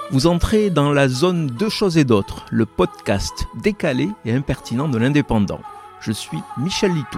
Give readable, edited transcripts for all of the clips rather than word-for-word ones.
Vous entrez dans la zone Deux choses et d'autres, le podcast décalé et impertinent de l'Indépendant. Je suis Michel Litou.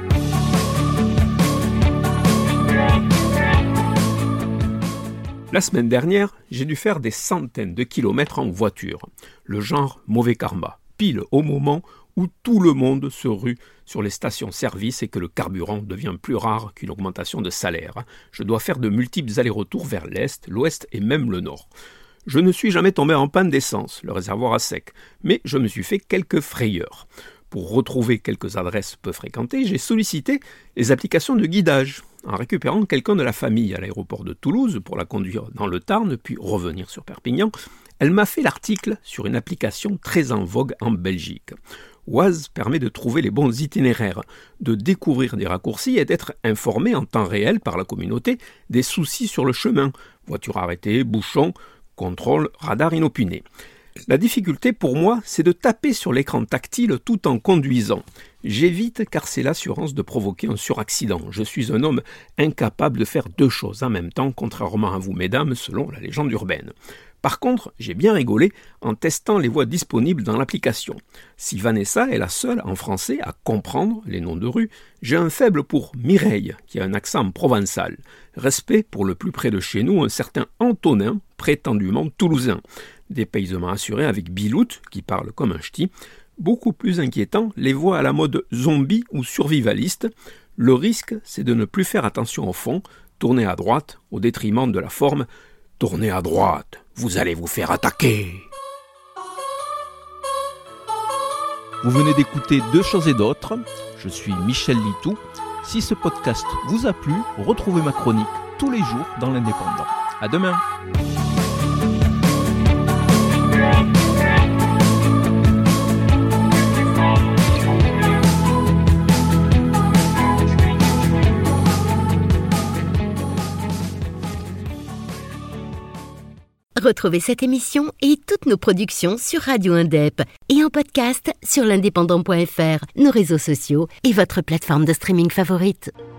La semaine dernière, j'ai dû faire des centaines de kilomètres en voiture, le genre mauvais karma, pile au moment où tout le monde se rue sur les stations-service et que le carburant devient plus rare qu'une augmentation de salaire. Je dois faire de multiples allers-retours vers l'Est, l'Ouest et même le Nord. Je ne suis jamais tombé en panne d'essence, le réservoir à sec, mais je me suis fait quelques frayeurs. Pour retrouver quelques adresses peu fréquentées, j'ai sollicité les applications de guidage, en récupérant quelqu'un de la famille à l'aéroport de Toulouse pour la conduire dans le Tarn, puis revenir sur Perpignan. Elle m'a fait l'article sur une application très en vogue en Belgique. Waze permet de trouver les bons itinéraires, de découvrir des raccourcis et d'être informé en temps réel par la communauté des soucis sur le chemin. Voiture arrêtée, bouchons, contrôle, radar inopiné. La difficulté pour moi, c'est de taper sur l'écran tactile tout en conduisant. J'évite car c'est l'assurance de provoquer un suraccident. Je suis un homme incapable de faire deux choses en même temps, contrairement à vous, mesdames, selon la légende urbaine. Par contre, j'ai bien rigolé en testant les voies disponibles dans l'application. Si Vanessa est la seule en français à comprendre les noms de rues, j'ai un faible pour Mireille, qui a un accent provençal. Respect pour le plus près de chez nous, un certain Antonin, prétendument toulousain. Dépaysement assuré avec Bilout, qui parle comme un ch'ti. Beaucoup plus inquiétant, les voix à la mode zombie ou survivaliste. Le risque, c'est de ne plus faire attention au fond, tourner à droite au détriment de la forme. Tournez à droite, vous allez vous faire attaquer. Vous venez d'écouter Deux choses et d'autres. Je suis Michel Litou. Si ce podcast vous a plu, retrouvez ma chronique tous les jours dans l'Indépendant. À demain. Retrouvez cette émission et toutes nos productions sur Radio Indep et en podcast sur l'indépendant.fr, nos réseaux sociaux et votre plateforme de streaming favorite.